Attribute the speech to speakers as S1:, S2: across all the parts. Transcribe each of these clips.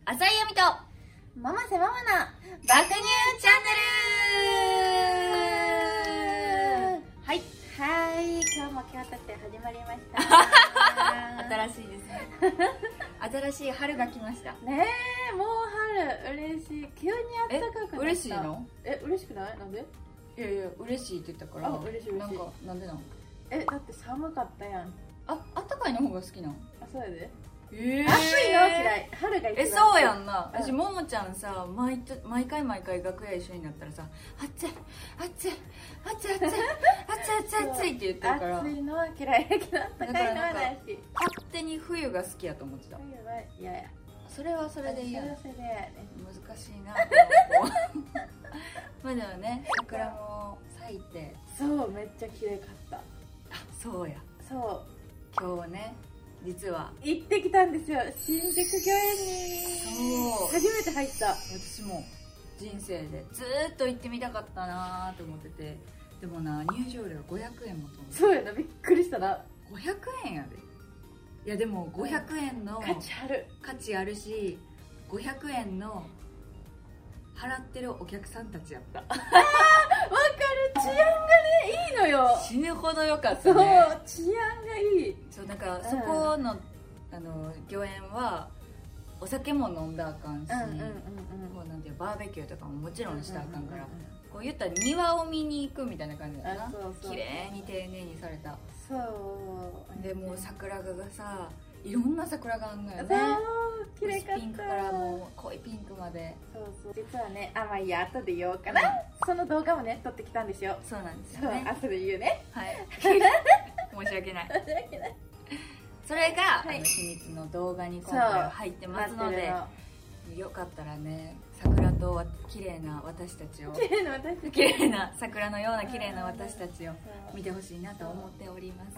S1: 浅井亜美と
S2: ママせママな
S1: 爆乳チャンネル。はい、
S2: 今日も今日として始まりました
S1: 新しいですね。新しい春が来ました
S2: ねえ、もう春嬉しい。急に暖かくなった。
S1: 嬉しいの？
S2: 嬉しくない？なんで？
S1: いやいや、嬉しいって言ったから。
S2: あ、嬉しい。
S1: なんか、なんでなの？
S2: だって寒かったやん。
S1: あったかいの方が好きなの？
S2: あ、そうやで。暑
S1: 暑
S2: いの嫌い。春が一番。
S1: そうやんな。
S2: うん
S1: 私ももちゃんさ、毎回楽屋一緒になったらさ、暑いって言ってるから、
S2: 暑いのは嫌いやけど暖かいのは大好き。
S1: 勝手に冬が好きやと思ってた。
S2: 冬は嫌や。
S1: それはそれで嫌だ。
S2: それで嫌やね。
S1: 難しいなと思ってまあでもね、桜も咲いて。
S2: そう、めっちゃ綺麗かった。
S1: あ、そうや。
S2: そう
S1: 今日ね、実は
S2: 行ってきたんですよ、新宿御苑に。
S1: そう、
S2: 初めて入った。
S1: 私も人生でずーっと行ってみたかったなと思ってて、でもな、入場料500円もと思って。
S2: そうやな、びっくりしたな。
S1: 500円やで。いやでも500円の
S2: 価値ある。
S1: 価値あるし、500円の払ってるお客さんたちやった。
S2: わかる、治安がね、いいのよ。
S1: 死ぬほど良かった
S2: そう、
S1: ね。
S2: 治安がいい。
S1: そう、なんかそこの、御苑はお酒も飲んだらあかんし、こうなんていうバーベキューとかももちろんしたらあかんから、こう言ったら庭を見に行くみたいな感じだよな。綺麗に丁寧にされた。
S2: そう
S1: でもう桜がさ、いろんな桜があんのよね。
S2: そう綺麗かった。
S1: ピンクからもう濃いピンクまで。
S2: そうそう、実はね、まあいいや、後で言おうかな。その動画もね、撮ってきたんですよ。
S1: そうなんですよね。
S2: 後で言うね。
S1: はい申し訳ない。
S2: 申し訳ない。
S1: それが秘密の動画に今回は入ってますので、よかったらね、桜と綺麗な私たちを、綺麗な桜のような綺麗な私たちを見てほしいなと思っております。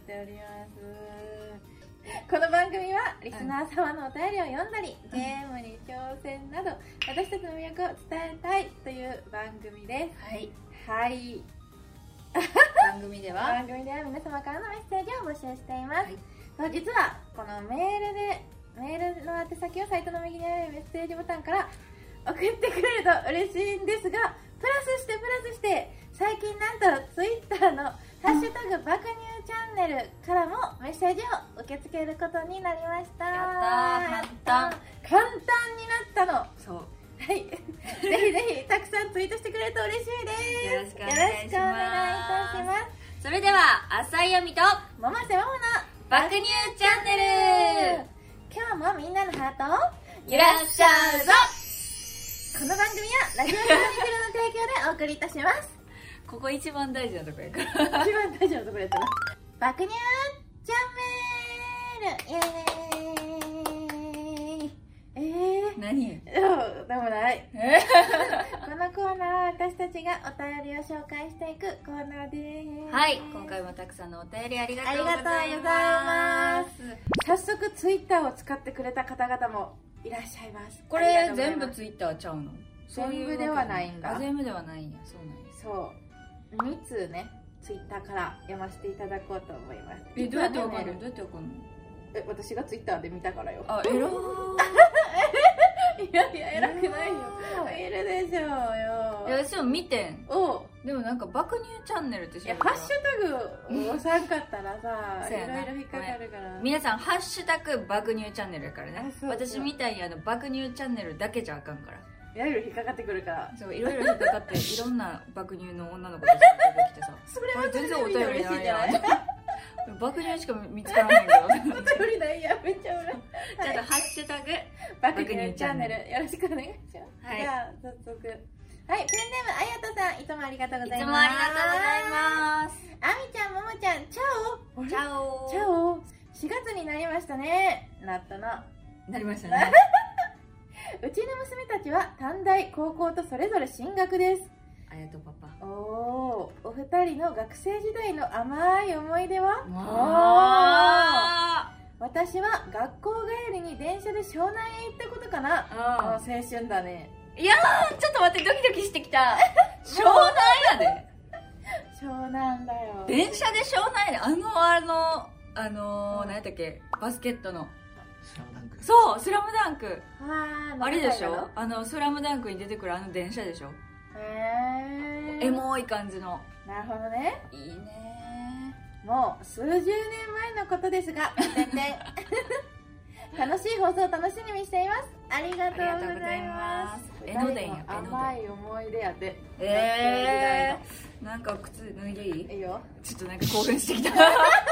S2: この番組はリスナー様のお便りを読んだり、ゲームに挑戦など私たちの魅力を伝えたいという番組です。はい。
S1: 番組では
S2: 皆様からのメッセージを募集しています。そう、実はこのメールの宛先をサイトの右にあるメッセージボタンから送ってくれると嬉しいんですが、プラスして最近なんとツイッターのハッシュタグ爆乳チャンネルからもメッセージを受け付けることになりました。
S1: やったー、
S2: 簡単になったの。
S1: そう、
S2: はい、ぜひたくさんツイートしてくれると嬉しいです。
S1: よろしくお願いいたします。それでは浅井亜美と
S2: ママせママの
S1: 爆乳チャンネル、
S2: 今日もみんなのハートを
S1: いらっしゃいぞ。
S2: この番組はラジオクロニクルの提供でお送りいたします。
S1: ここ一番大事なとこやから
S2: 一番大事なところやったな。爆乳チャンネル、イエーイ。
S1: 何？
S2: でもない。このコーナーは私たちがお便りを紹介していくコーナーです。
S1: はい、今回もたくさんのお便りありがとうございます。
S2: 早速ツイッターを使ってくれた方々もいらっしゃいます。
S1: これ全部ツイッターちゃうの？
S2: 全部ではないんだ。
S1: 全部ではないんや。そうなんや。
S2: そう、2通ね、ツイッターから読ませていただこうと思います。
S1: どうやってわかるの？
S2: 私がツイッターで見たからよ。
S1: あ、偉い。
S2: いや偉くないよ。いるでしょうよ。
S1: いや、私も見てん。でもなんか爆乳チャンネルって
S2: ハッシュタグを押さんかったらさ、いろいろ引っかかるから。
S1: 皆さんハッシュタグ爆乳チャンネルやからね。私みたいに爆乳チャンネルだけじゃあかんから。
S2: いろいろ引っかかってくるから。
S1: そう、いろいろ引っかかって、いろんな爆乳の女の子たちが出てきてさ、
S2: それは
S1: 全然お便りないやん。爆乳しか見つからないけど。
S2: お便りないや、めっちゃ裏。
S1: ちゃんとハッシュタグ
S2: 爆乳チャンネルよろしくお願いします。
S1: はい。
S2: じゃあ早速。はい、ペンネームあやとさん、いつもありがとうございます。
S1: いつもありがとうございます。
S2: あみちゃん、ももちゃん、チャオ。
S1: チャオ。
S2: チャオ。4月になりましたね。なったな。
S1: なりましたね。
S2: うちの娘たちは短大、高校とそれぞれ進学です。
S1: あやとパパ。
S2: お二人の学生時代の甘い思い出は？私は学校帰りに電車で湘南へ行ったことかな。青春だね。
S1: いやー、ちょっと待って、ドキドキしてきた。湘南やで。
S2: 湘南だよ。
S1: 電車で湘南やで。何やったっけ、バスケットの
S3: スラムダンク。
S1: そう、スラムダンク。
S2: あ
S1: れでしょ、スラムダンクに出てくる電車でしょ。エモい感じの。
S2: なるほどね。
S1: いいね。
S2: もう数十年前のことですが、全然楽しい放送を楽しみにしています。ありがとうございます。
S1: 江ノ電や。
S2: 甘い思い出やで。
S1: なんか靴脱いでいい？
S2: いいよ。
S1: ちょっとなんか興奮してきた。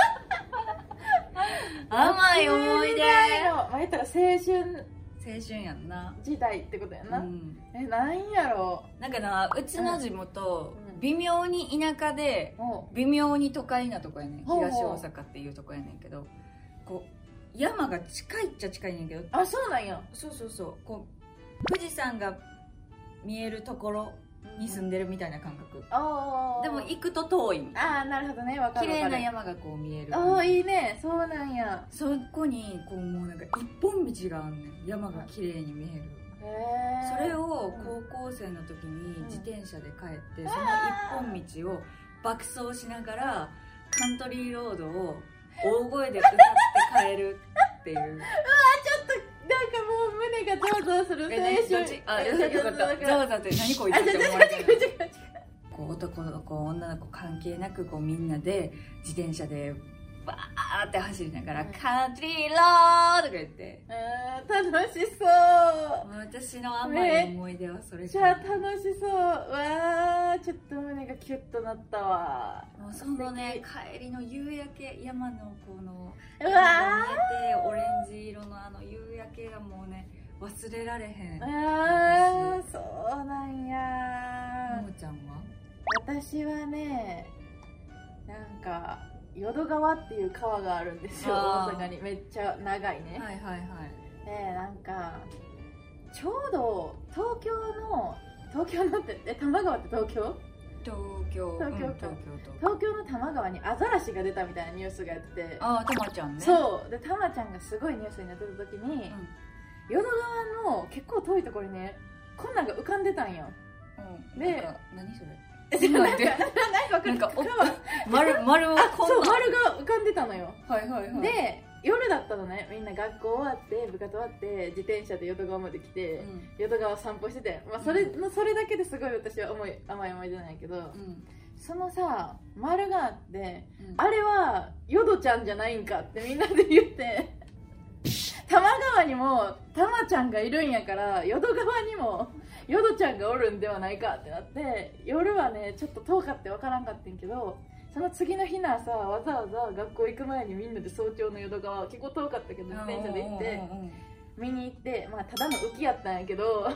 S1: 甘い思い出。
S2: 言ったら
S1: 青春やんな。
S2: 時代ってことやな。なんやろ
S1: う。なんかな、うちの地元、微妙に田舎で、微妙に都会なとこやねん。東大阪っていうとこやねんけど、こう山が近いっちゃ近いねんけど。
S2: あ、そうなんや。
S1: そう。こう富士山が見えるところに住んでるみたいな感覚。でも行くと遠いみたいな。
S2: あ、なるほどね。わかる。
S1: 綺麗な山がこう見える。
S2: あ、いいね。そうなんや。
S1: そこにこうもうなんか一本道があんねん。山が綺麗に見える。それを高校生の時に自転車で帰って、その一本道を爆走しながらカントリーロードを大声で歌って帰るっていう。うわ、ちょっ
S2: となんかもう胸がゾワゾワする。青春。
S1: あ、よかった。ゾワゾワって何こいつって思われてる。こう男の子女の子関係なくこうみんなで自転車でバーって走りながら「カントリーロー」とか言って、
S2: 楽しそう。
S1: 私の甘い思い出はそれか。
S2: じゃあ楽しそう。わー、ちょっと胸がキュッとなったわ。
S1: もうそのね、帰りの夕焼け、山のこの
S2: うわ
S1: 見えてオレンジ色の夕焼けがもうね忘れられへん。
S2: そうなんや。
S1: ももちゃんは？
S2: 私はね、なんか淀川っていう川があるんですよ、大阪に。めっちゃ長いね。で、なんかちょうど東京のって多摩川って東京の多摩川にアザラシが出たみたいなニュースがやってて。
S1: たまちゃんね。
S2: そうで、たまちゃんがすごいニュースになってた時に、淀川の結構遠いところにね、こんなんが浮かんでたんよ。で、
S1: 何それ？
S2: なんか丸が浮かんでたのよ。で、夜だったのね。みんな学校終わって部活終わって自転車で淀川まで来て、淀川散歩してて、それだけですごい私は甘い思い出なんやけど、そのさ丸があって、あれは淀ちゃんじゃないんかってみんなで言って、多摩川にもたまちゃんがいるんやから淀川にも淀ちゃんがおるんではないかってなって、夜はねちょっと遠かって分からんかったんけど、その次の日の朝わざわざ学校行く前にみんなで早朝の淀川、結構遠かったけど自転車で行って見に行って、ただの浮きやったんやけどでも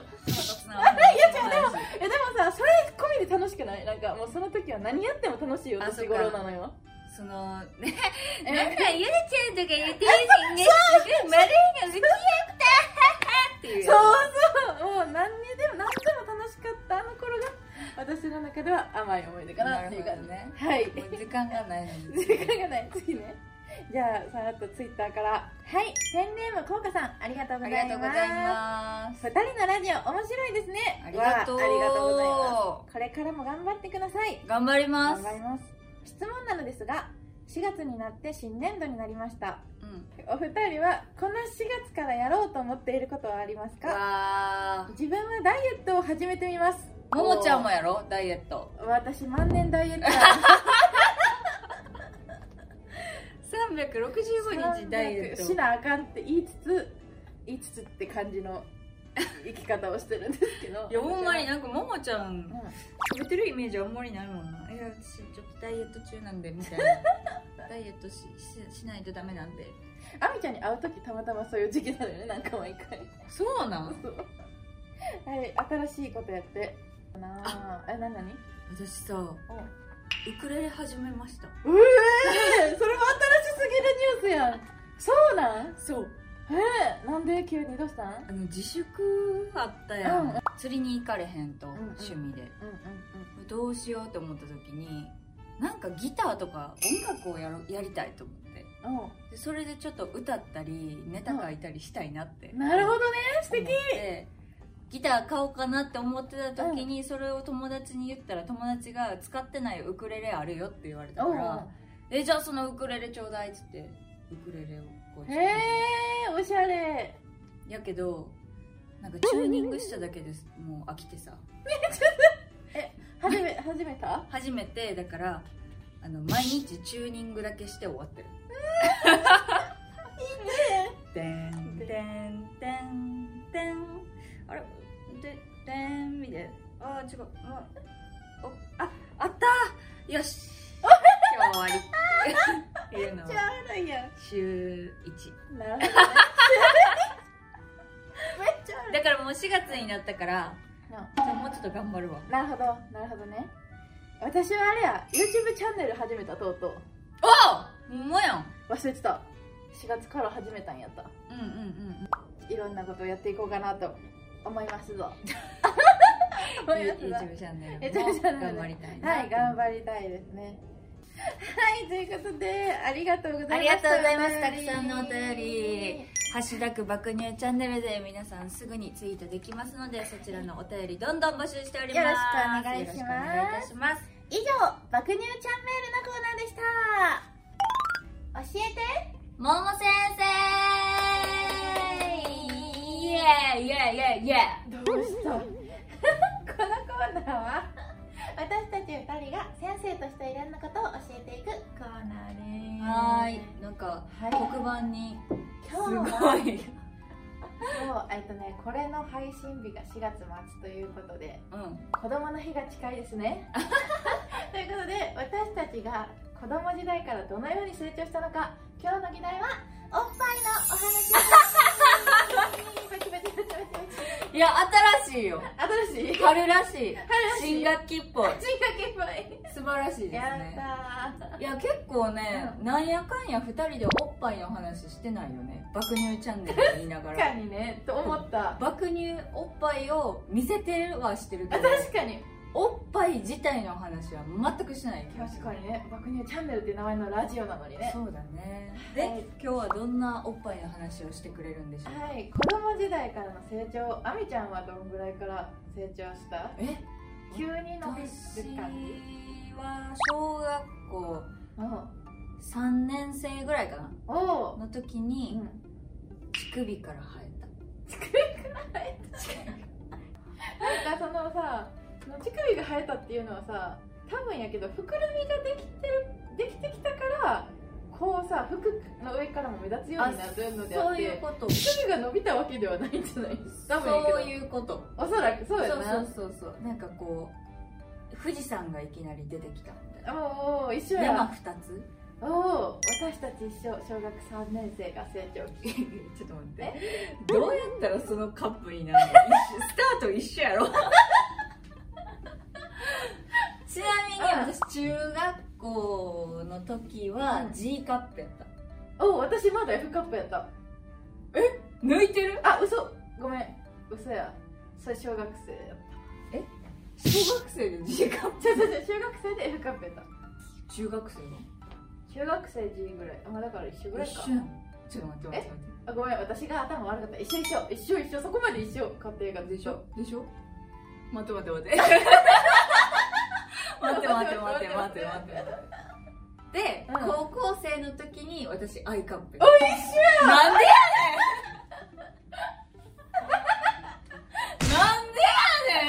S2: さ、それ込みで楽しくない？なんかもうその時は何やっても楽しいよ年頃なのよ。
S1: そのね、なんかゆるちゃんとか言ってるしね、すごい丸いが浮きやったっていう。そうもう何でも楽しかったあの頃が私の中では甘い思い出かなっていう感じね。はい。時間がないのに。時間がない。次ね。じゃあさらっとツイッターから。はい。ペンネームこうかさん、ありがとうございます。2人のラジオ面白いですね。ありがとうございます。これからも頑張ってください。 頑張ります。
S2: 質問なのですが、4月になって新年度になりました。お二人はこの4月からやろうと思っていることはありますか？自分はダイエットを始めてみます。
S1: ももちゃんもやろダイエット。
S2: 私万年ダイエット
S1: 365日ダイエット
S2: しなあかんって言いつつって感じの生き方をしてるんですけど。
S1: いやほんまになんかももちゃん、食べてるイメージあんまりないもんな。いや私ちょっとダイエット中なんでみたいなダイエット しないとダメなんで。
S2: あみちゃんに会う時たまたまそういう時期なのよね、なんか毎回。
S1: そうなん？
S2: はい、新しいことやってなあ。何
S1: 私さ、ウクレレ始めました。
S2: それも新しすぎるニュースやん。そうなん？
S1: そう。
S2: なんで急にどうしたん？
S1: 自粛あったやん。釣りに行かれへんと、趣味で。どうしようと思った時に、なんかギターとか音楽をやりたいと思って。でそれでちょっと歌ったりネタ書いたりしたいなって。
S2: なるほどね、素敵。
S1: ギター買おうかなって思ってた時に、それを友達に言ったら友達が使ってないウクレレあるよって言われたから、じゃあそのウクレレちょうだいっつってウクレレを構近い。
S2: おしゃれ
S1: やけどなんかチューニングしただけですもう飽きてさ
S2: 初め
S1: てだから毎日チューニングだけして終わってる。てんてんてんてん、あれでてんみたいな、あ違う、あったー、よし今日終わりっていうのを週1。
S2: なるほどねめっちゃ
S1: だからもう4月になったからもうちょっと頑張るわ。
S2: なるほどね。私はあれや YouTube チャンネル始めた。とうとう。
S1: おっほんまやん。
S2: 忘れてた。4月から始めたんやった。いろんなことをやっていこうかなと思いますぞ。
S1: YouTube チャンネルも頑張りたいな。
S2: はい、頑張りたいですね。はい、ということでありがとうございます。
S1: ありがとうございます。たくさんのお便りハッシュタグ爆乳チャンネルで皆さんすぐにツイートできますので、そちらのお便りどんどん募集しております。
S2: よろしくお願いします。
S1: よろしくお願いいたします。
S2: 以上、爆乳チャンネルのコーナーでした。教えて
S1: もも先生、イエーイエーイエーイエ
S2: ー。どうしたこのコーナーは私たち2人が先生としていろんなことを教えていくコーナーです。
S1: はい、なんか、黒板にすごい
S2: これの配信日が4月末ということで、子供の日が近いですねということで、私たちが子供時代からどのように成長したのか、今日の議題はおっぱいのお話
S1: いや、新しいよ。
S2: 新しい
S1: 春らしい。新学期っぽい。素晴らしいですね。
S2: やったー。
S1: いや、結構ね、なんやかんや2人でおっぱいの話してないよね。爆乳チャンネルで言いながら。
S2: 確かにね、と思った。
S1: 爆乳おっぱいを見せてはしてるけど、
S2: 確かに
S1: おっぱい自体の話は全くしない気がする。
S2: 確かにね、爆乳チャンネルっていう名前のラジオなのにね。
S1: そうだね。で、今日はどんなおっぱいの話をしてくれるんでしょうか。
S2: はい、子供時代からの成長。あみちゃんはどんぐらいから成長した？急に伸びる感じ？
S1: 私は小学校3年生ぐらいかなの時に乳首から生えた。
S2: 乳首から生えたなんかそのさ、乳首が生えたっていうのはさ、多分やけど膨らみができてきたからこうさ、服の上からも目立つようになるのであって、そういうこと。乳首が伸びたわけではないんじゃないですか。
S1: そういうこと。
S2: おそらくそうやな。
S1: そうなんかこう富士山がいきなり出てきたみたいな。
S2: おお、一緒や。
S1: 山2つ。
S2: おお、私たち一緒。小学3年生が成長期。
S1: ちょっと待って、どうやったらそのカップになるの？スタート一緒やろちなみに私中学校の時は G カップやった。
S2: おお、私まだ F カップやった。
S1: 抜いてる？
S2: あ、嘘、ごめん、嘘や。それ小学生やった。
S1: 小学生で G カップ？
S2: 小学生で F カップやった。
S1: 中学生の？
S2: 中学生 G ぐらい。まあだから一緒ぐらいか。
S1: 一緒やん。ちょっと待って。
S2: あ、ごめん、私が頭悪かった。一緒、そこまで一緒。家庭が
S1: でしょ待って待ってで、高校生の時に私 I カップ。
S2: お、一緒や。
S1: なんでやねん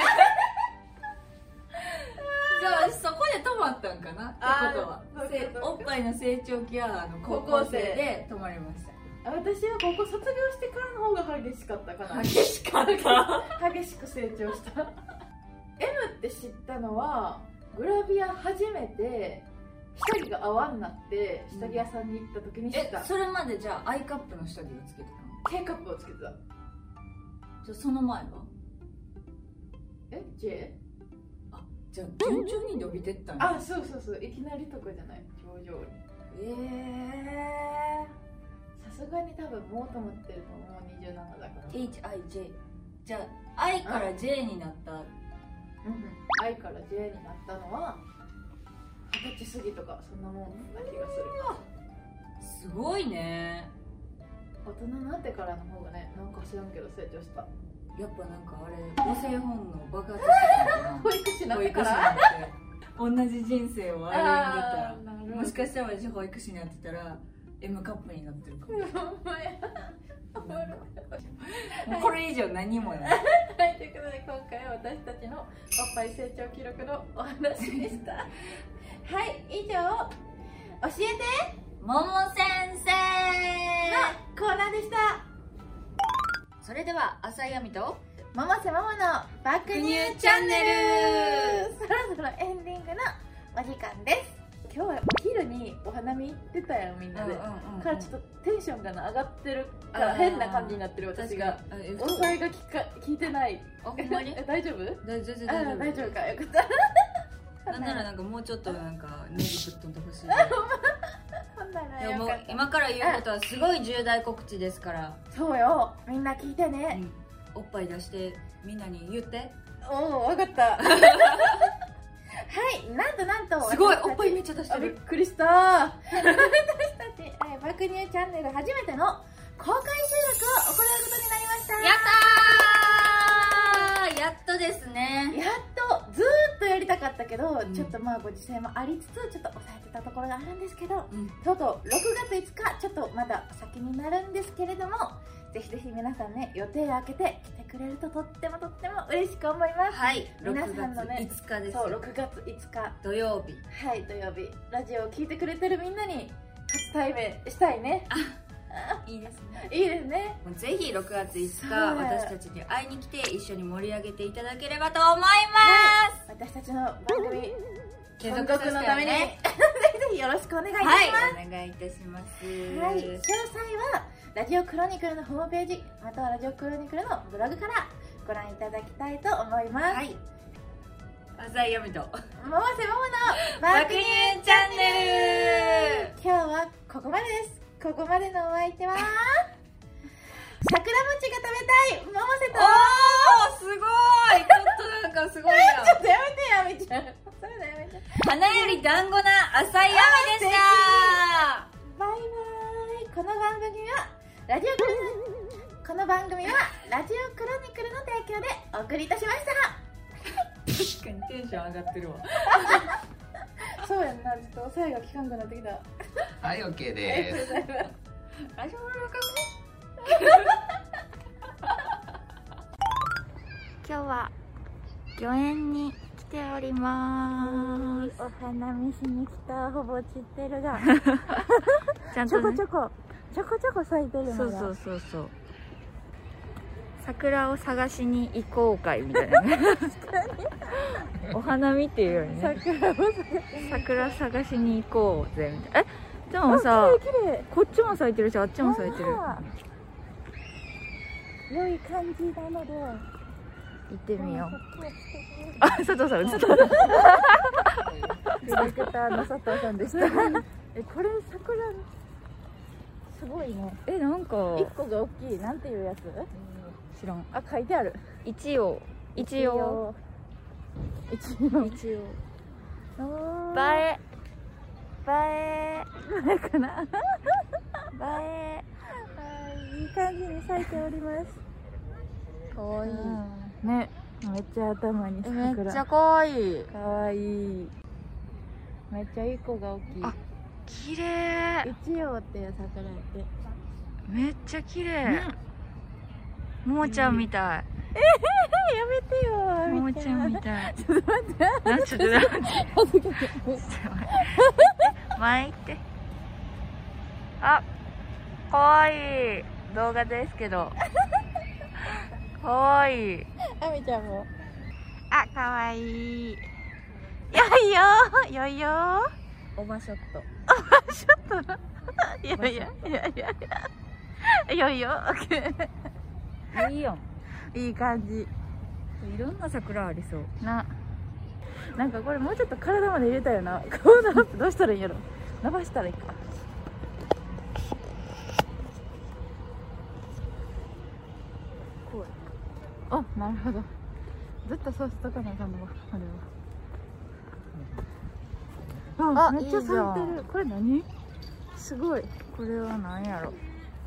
S1: じゃあそこで止まったんかなってことは。おっぱいの成長期は高校生で止まりました。
S2: 私は高校卒業してからの方が激しかったかな。
S1: 激しかった
S2: 激しく成長した。 M って知ったのはグラビア初めて下着が合わんなって下着屋さんに行った時に知った。
S1: それまでじゃあ I カップの下着をつけてたの？
S2: K カップをつけてた。
S1: じゃあその前は
S2: J？
S1: あ、じゃあ順調に伸びてったん
S2: や。あ、そういきなりとかじゃない、徐々に。さすがに多分もうと思ってると思う。27だから。
S1: HIJ。じゃあ I から J になった。
S2: I から J になったのは20歳過ぎとかそんなもんな気がする。
S1: すごいね。
S2: 大人になってからの方がね、なんか知らんけど成長した。
S1: やっぱなんかあれ母性本能爆発してたのかな。
S2: 保育士になってから
S1: 同じ人生を歩んでたら、もしかしたら私保育士になってたら M カップになってるかも。
S2: も
S1: これ以上何もない。
S2: はい、ということで今回は私たちのおっぱい成長記録のお話でしたはい、以上教えて
S1: もも先生
S2: のコーナーでした。
S1: それでは浅井亜美と
S2: ママせママの爆乳チャンネル、そろそろエンディングのお時間です。今日はお昼にお花見行ってたよ、みんなで。からちょっとテンションが上がってるから変な感じになってる私が。お声が聞いてない。
S1: あ、ほんまに
S2: 大丈夫？
S1: 大丈夫。
S2: 大丈夫か、よかった。
S1: なんならなんかもうちょっとなんかネギぶっ飛んでほしい。でも今から言うことはすごい重大告知ですから。
S2: そうよ、みんな聞いてね。
S1: おっぱい出してみんなに言って。
S2: おお、分かった。はい、なんと
S1: すごいおっぱいめっちゃ出してる。
S2: びっくりした。私たち爆乳チャンネル初めての公開収録を行うことになりました。
S1: やっとですね。
S2: やっとずーっとやりたかったけど、ちょっとまあご時世もありつつちょっと抑えてたところがあるんですけど、とうとう6月5日ちょっとまだ先になるんですけれども、ぜひぜひ皆さんね、予定を空けて来てくれるととっても嬉しく思います。
S1: はい、
S2: 皆さんのね、
S1: 5日です。
S2: そう、6月5日
S1: 土曜日。
S2: はい、土曜日、ラジオを聞いてくれてるみんなに初対面したいね。
S1: いいですね。
S2: いいですね。
S1: ぜひ6月5日私たちに会いに来て一緒に盛り上げていただければと思います。
S2: 私たちの番組
S1: 継続のためにぜ
S2: ひぜひよろしくお願いいたします。
S1: はい、お願いいたします。
S2: はい、詳細はラジオクロニクルのホームページ、またはラジオクロニクルのブログからご覧いただきたいと思います。はい、
S1: 浅井亜美と
S2: ママせママの
S1: 爆乳チャンネル、
S2: 今日はここまでです。ここまでのお相手は桜餅が食べたいママせと、
S1: おー、すごい、ちょっとなんかすごいな。
S2: ちょっとやめてよ、あみちゃん。それだ、やめて。
S1: 花より団子な浅井亜美でした。
S2: バイバイ。この番組はラジオクロニクルの提供でお送りいたしました。
S1: 確かにテンション上がってるわ。
S2: そうやんな、ちょっと抑えが効かんくなってきた。
S3: はい、OK です。
S4: 今日は御苑に来ております。
S2: お花見しに来た、ほぼ散ってるが
S4: ちゃんと、ね、
S2: ちょこちょこ咲いてるのが。
S4: そう桜を探しに行こうかいみたいなね。お花見っていうよりね、桜探しに行こうぜみたいな。でもさ、こっちも咲いてるし、あっちも咲いてる。
S2: 良い感じなので
S4: 行ってみよう。あ、佐藤さん映った。
S2: ディレクターの佐藤さんでした。これ桜すごいね。
S4: なんか
S2: 1個が大きい。なんていうやつ？
S4: 知らん。
S2: あ、書いてある。
S4: 一応映えかな。映え。
S2: いい感じに咲いております。かわいいね。めっちゃ頭に桜。
S4: めっちゃかわいい。
S2: かわいい。めっちゃいい子が大きい。
S4: あ、綺麗。
S2: 一葉っていう桜やって。
S4: めっちゃ綺麗。ももちゃんみたい。
S2: やめてよ。
S4: ももちゃんみたい。
S2: ちょっと待って。
S4: ちょっと待って。前行って。あ、かわいい。動画ですけど。かわいい。
S2: あみちゃんも。
S4: あ、かわいい。よいよ。
S2: オバショット。
S4: いや。よいよ。
S1: いいよ。
S4: いい感じ。
S1: いろんな桜ありそう。
S2: なんかこれもうちょっと体まで入れたよな。顔のアップどうしたらいいんやろ。伸ばしたらいいか。こう。あ、なるほど。ずっとそうしとかなあかんのか、あれは。あ、めっちゃ咲いてる。これ何？すごい。
S4: これは何やろ。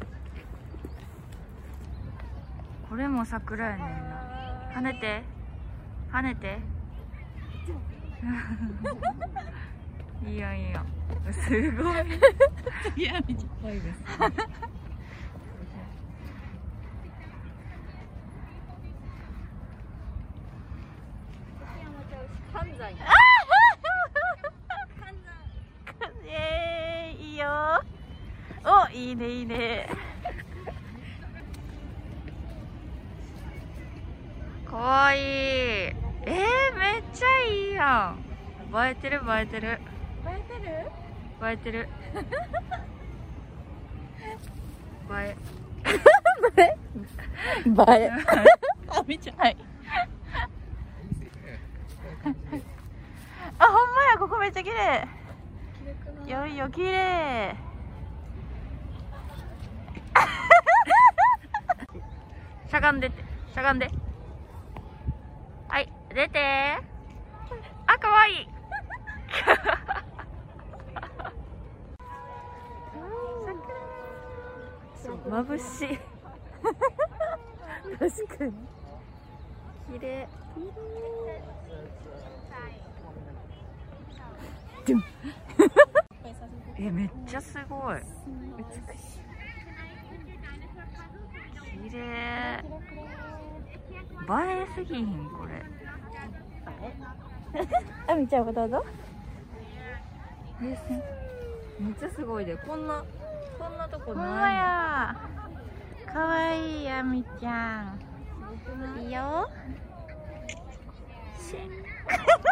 S4: これも桜やねんな。跳ねて。 いいやんいいやん。すごい。いやみちゃいです。いいよ。お、いいねいいね。かわいい。めっちゃいいやん。映えてる映えてる。
S2: 映えてる？
S4: 映えてる。映え。
S2: 映え。あ、めっちゃ、はい。あ、ほんまや、ここめっちゃ綺麗。よいよ、綺麗。
S4: しゃがんでって、しゃがんで。はい、出て。あ、かわいい。眩しい。確かに。綺麗。めっちゃすごい。綺麗。映えすぎひんこれ。
S2: あみちゃんもどうぞ。
S4: めっちゃすごいで、こんなとこ
S2: ほんま
S4: ない。
S2: や。かわいいあみちゃん。いいよ。